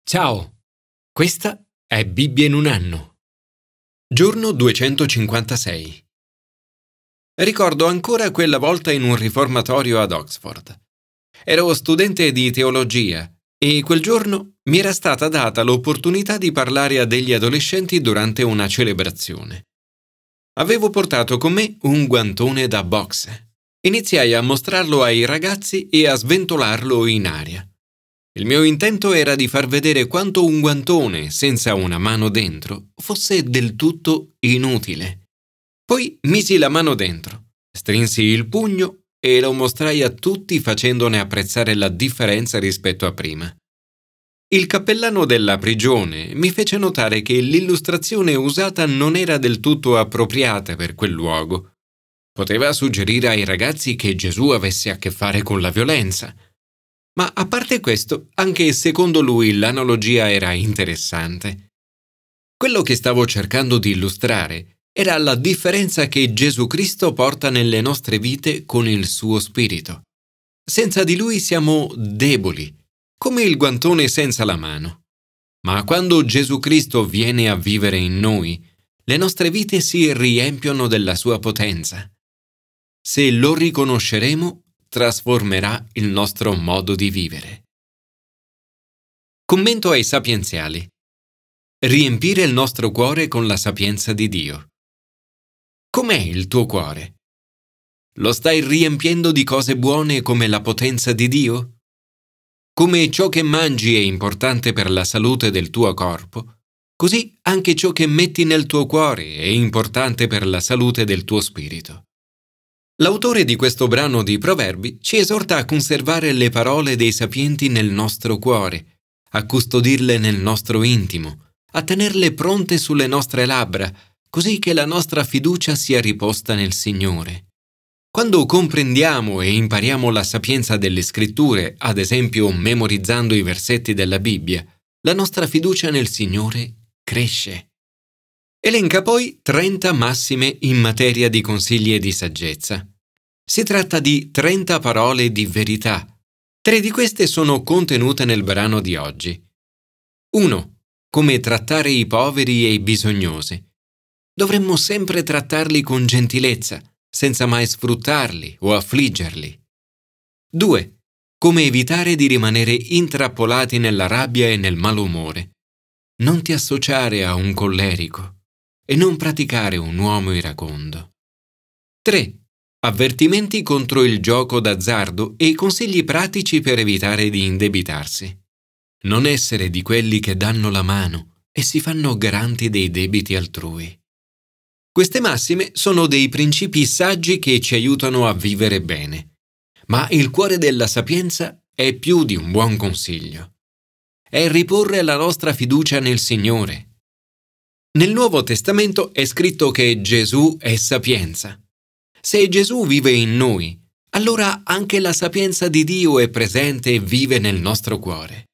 Ciao, questa è Bibbia in un anno. Giorno 256. Ricordo ancora quella volta in un riformatorio ad Oxford. Ero studente di teologia e quel giorno mi era stata data l'opportunità di parlare a degli adolescenti durante una celebrazione. Avevo portato con me un guantone da boxe. Iniziai a mostrarlo ai ragazzi e a sventolarlo in aria. Il mio intento era di far vedere quanto un guantone senza una mano dentro fosse del tutto inutile. Poi misi la mano dentro, strinsi il pugno e lo mostrai a tutti facendone apprezzare la differenza rispetto a prima. Il cappellano della prigione mi fece notare che l'illustrazione usata non era del tutto appropriata per quel luogo. Poteva suggerire ai ragazzi che Gesù avesse a che fare con la violenza. Ma a parte questo, anche secondo lui l'analogia era interessante. Quello che stavo cercando di illustrare era la differenza che Gesù Cristo porta nelle nostre vite con il suo spirito. Senza di lui siamo deboli, come il guantone senza la mano. Ma quando Gesù Cristo viene a vivere in noi, le nostre vite si riempiono della sua potenza. Se lo riconosceremo, trasformerà il nostro modo di vivere. Commento ai sapienziali. Riempire il nostro cuore con la sapienza di Dio. Com'è il tuo cuore? Lo stai riempiendo di cose buone come la potenza di Dio? Come ciò che mangi è importante per la salute del tuo corpo, così anche ciò che metti nel tuo cuore è importante per la salute del tuo spirito. L'autore di questo brano di Proverbi ci esorta a conservare le parole dei sapienti nel nostro cuore, a custodirle nel nostro intimo, a tenerle pronte sulle nostre labbra, così che la nostra fiducia sia riposta nel Signore. Quando comprendiamo e impariamo la sapienza delle Scritture, ad esempio memorizzando i versetti della Bibbia, la nostra fiducia nel Signore cresce. Elenca poi 30 massime in materia di consigli e di saggezza. Si tratta di 30 parole di verità. 3 di queste sono contenute nel brano di oggi. 1. Come trattare i poveri e i bisognosi. Dovremmo sempre trattarli con gentilezza, senza mai sfruttarli o affliggerli. 2. Come evitare di rimanere intrappolati nella rabbia e nel malumore. Non ti associare a un collerico e non praticare un uomo iracondo. 3. Avvertimenti contro il gioco d'azzardo e consigli pratici per evitare di indebitarsi. Non essere di quelli che danno la mano e si fanno garanti dei debiti altrui. Queste massime sono dei principi saggi che ci aiutano a vivere bene, ma il cuore della sapienza è più di un buon consiglio. È riporre la nostra fiducia nel Signore. Nel Nuovo Testamento è scritto che Gesù è sapienza. Se Gesù vive in noi, allora anche la sapienza di Dio è presente e vive nel nostro cuore.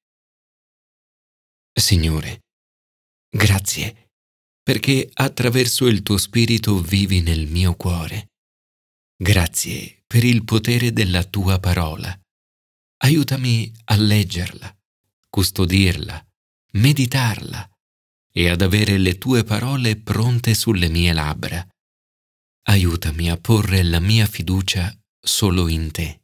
Signore, grazie, perché attraverso il tuo Spirito vivi nel mio cuore. Grazie per il potere della tua parola. Aiutami a leggerla, custodirla, meditarla e ad avere le tue parole pronte sulle mie labbra. Aiutami a porre la mia fiducia solo in te.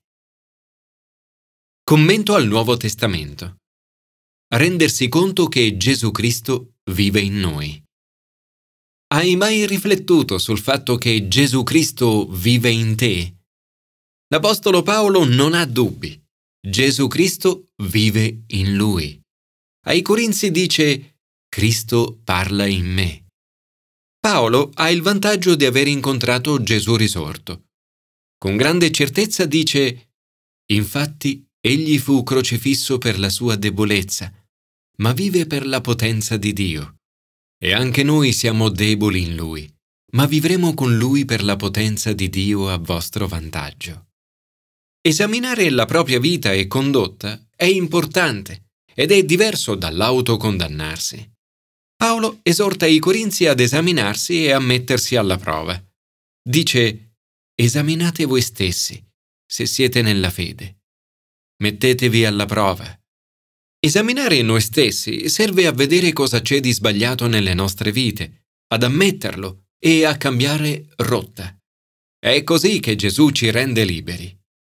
Commento al Nuovo Testamento. Rendersi conto che Gesù Cristo vive in noi. Hai mai riflettuto sul fatto che Gesù Cristo vive in te? L'Apostolo Paolo non ha dubbi. Gesù Cristo vive in lui. Ai Corinzi dice: Cristo parla in me. Paolo ha il vantaggio di aver incontrato Gesù risorto. Con grande certezza dice: infatti egli fu crocifisso per la sua debolezza, ma vive per la potenza di Dio. E anche noi siamo deboli in lui, ma vivremo con lui per la potenza di Dio a vostro vantaggio. Esaminare la propria vita e condotta è importante ed è diverso dall'autocondannarsi. Paolo esorta i Corinzi ad esaminarsi e a mettersi alla prova. Dice: esaminate voi stessi, se siete nella fede. Mettetevi alla prova. Esaminare noi stessi serve a vedere cosa c'è di sbagliato nelle nostre vite, ad ammetterlo e a cambiare rotta. È così che Gesù ci rende liberi.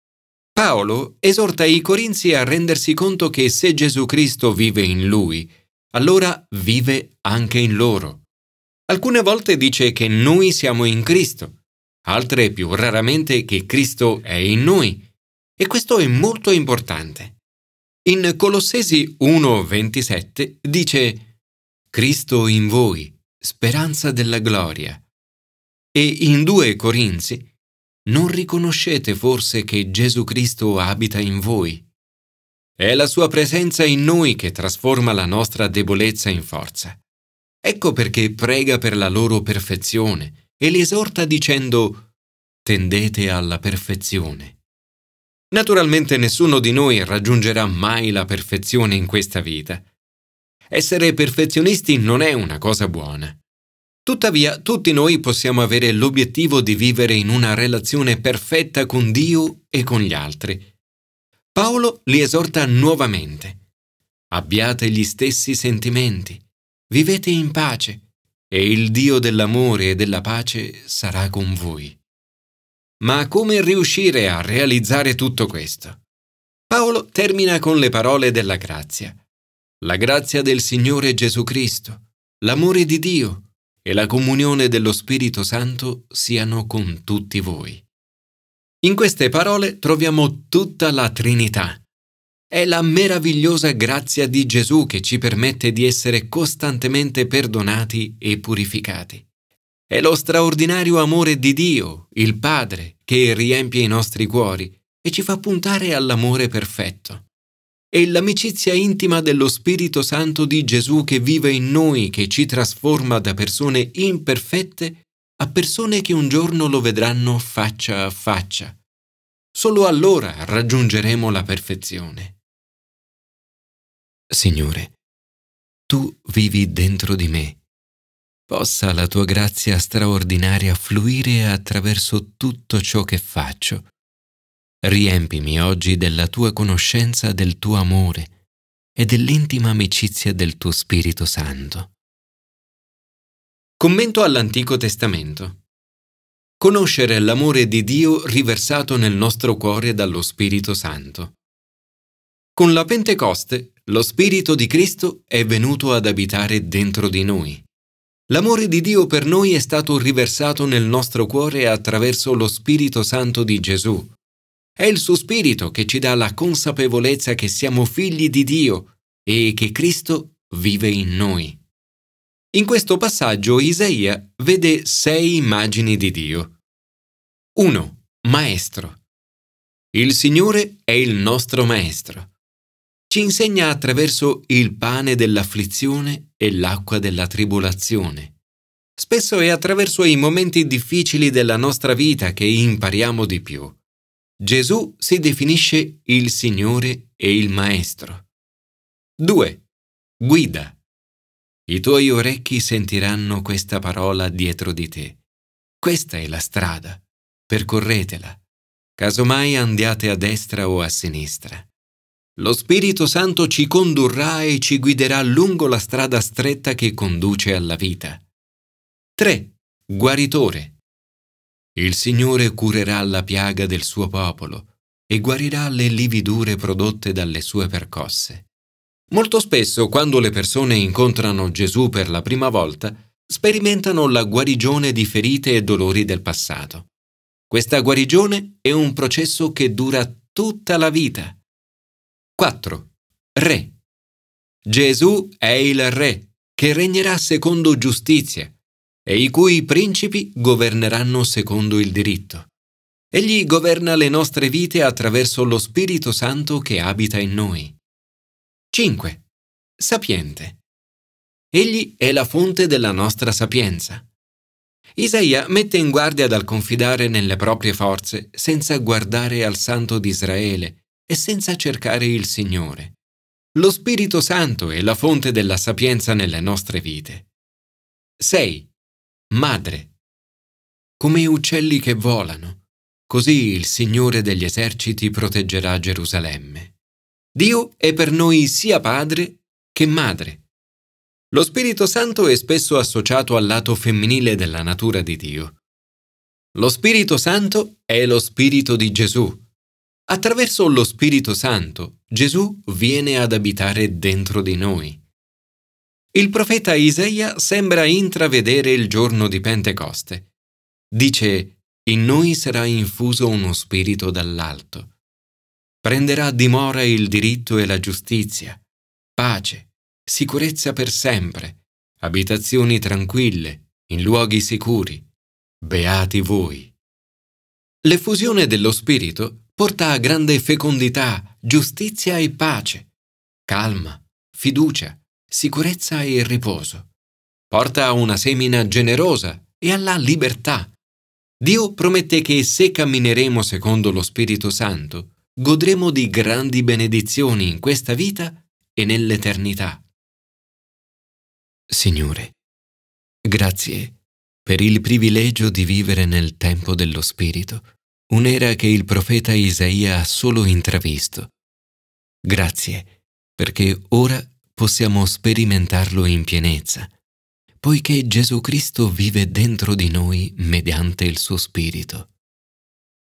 Paolo esorta i Corinzi a rendersi conto che se Gesù Cristo vive in lui, allora vive anche in loro. Alcune volte dice che noi siamo in Cristo, altre più raramente che Cristo è in noi, e questo è molto importante. In Colossesi 1,27 dice Cristo in voi, speranza della gloria. E in 2 Corinzi non riconoscete forse che Gesù Cristo abita in voi? È la sua presenza in noi che trasforma la nostra debolezza in forza. Ecco perché prega per la loro perfezione e li esorta dicendo tendete alla perfezione. Naturalmente nessuno di noi raggiungerà mai la perfezione in questa vita. Essere perfezionisti non è una cosa buona. Tuttavia, tutti noi possiamo avere l'obiettivo di vivere in una relazione perfetta con Dio e con gli altri. Paolo li esorta nuovamente. Abbiate gli stessi sentimenti, vivete in pace, e il Dio dell'amore e della pace sarà con voi. Ma come riuscire a realizzare tutto questo? Paolo termina con le parole della grazia. La grazia del Signore Gesù Cristo, l'amore di Dio e la comunione dello Spirito Santo siano con tutti voi. In queste parole troviamo tutta la Trinità. È la meravigliosa grazia di Gesù che ci permette di essere costantemente perdonati e purificati. È lo straordinario amore di Dio, il Padre, che riempie i nostri cuori e ci fa puntare all'amore perfetto. È l'amicizia intima dello Spirito Santo di Gesù che vive in noi, che ci trasforma da persone imperfette a persone che un giorno lo vedranno faccia a faccia. Solo allora raggiungeremo la perfezione. Signore, tu vivi dentro di me. Possa la tua grazia straordinaria fluire attraverso tutto ciò che faccio. Riempimi oggi della tua conoscenza del tuo amore e dell'intima amicizia del tuo Spirito Santo. Commento all'Antico Testamento. Conoscere l'amore di Dio riversato nel nostro cuore dallo Spirito Santo. Con la Pentecoste, lo Spirito di Cristo è venuto ad abitare dentro di noi. L'amore di Dio per noi è stato riversato nel nostro cuore attraverso lo Spirito Santo di Gesù. È il suo Spirito che ci dà la consapevolezza che siamo figli di Dio e che Cristo vive in noi. In questo passaggio Isaia vede 6 immagini di Dio. 1. Maestro. Il Signore è il nostro Maestro. Ci insegna attraverso il pane dell'afflizione e l'acqua della tribolazione. Spesso è attraverso i momenti difficili della nostra vita che impariamo di più. Gesù si definisce il Signore e il Maestro. 2. Guida. I tuoi orecchi sentiranno questa parola dietro di te. Questa è la strada, percorretela. Casomai andiate a destra o a sinistra. Lo Spirito Santo ci condurrà e ci guiderà lungo la strada stretta che conduce alla vita. 3. Guaritore. Il Signore curerà la piaga del suo popolo e guarirà le lividure prodotte dalle sue percosse. Molto spesso, quando le persone incontrano Gesù per la prima volta, sperimentano la guarigione di ferite e dolori del passato. Questa guarigione è un processo che dura tutta la vita. 4. Re. Gesù è il Re, che regnerà secondo giustizia, e i cui principi governeranno secondo il diritto. Egli governa le nostre vite attraverso lo Spirito Santo che abita in noi. 5. Sapiente. Egli è la fonte della nostra sapienza. Isaia mette in guardia dal confidare nelle proprie forze senza guardare al Santo di Israele e senza cercare il Signore. Lo Spirito Santo è la fonte della sapienza nelle nostre vite. 6. Madre. Come uccelli che volano, così il Signore degli eserciti proteggerà Gerusalemme. Dio è per noi sia padre che madre. Lo Spirito Santo è spesso associato al lato femminile della natura di Dio. Lo Spirito Santo è lo Spirito di Gesù. Attraverso lo Spirito Santo, Gesù viene ad abitare dentro di noi. Il profeta Isaia sembra intravedere il giorno di Pentecoste. Dice: «In noi sarà infuso uno spirito dall'alto. Prenderà dimora il diritto e la giustizia, pace, sicurezza per sempre, abitazioni tranquille, in luoghi sicuri. Beati voi». L'effusione dello Spirito porta a grande fecondità, giustizia e pace, calma, fiducia, sicurezza e riposo. Porta a una semina generosa e alla libertà. Dio promette che se cammineremo secondo lo Spirito Santo, godremo di grandi benedizioni in questa vita e nell'eternità. Signore, grazie per il privilegio di vivere nel tempo dello Spirito, un'era che il profeta Isaia ha solo intravisto. Grazie perché ora possiamo sperimentarlo in pienezza, poiché Gesù Cristo vive dentro di noi mediante il suo Spirito.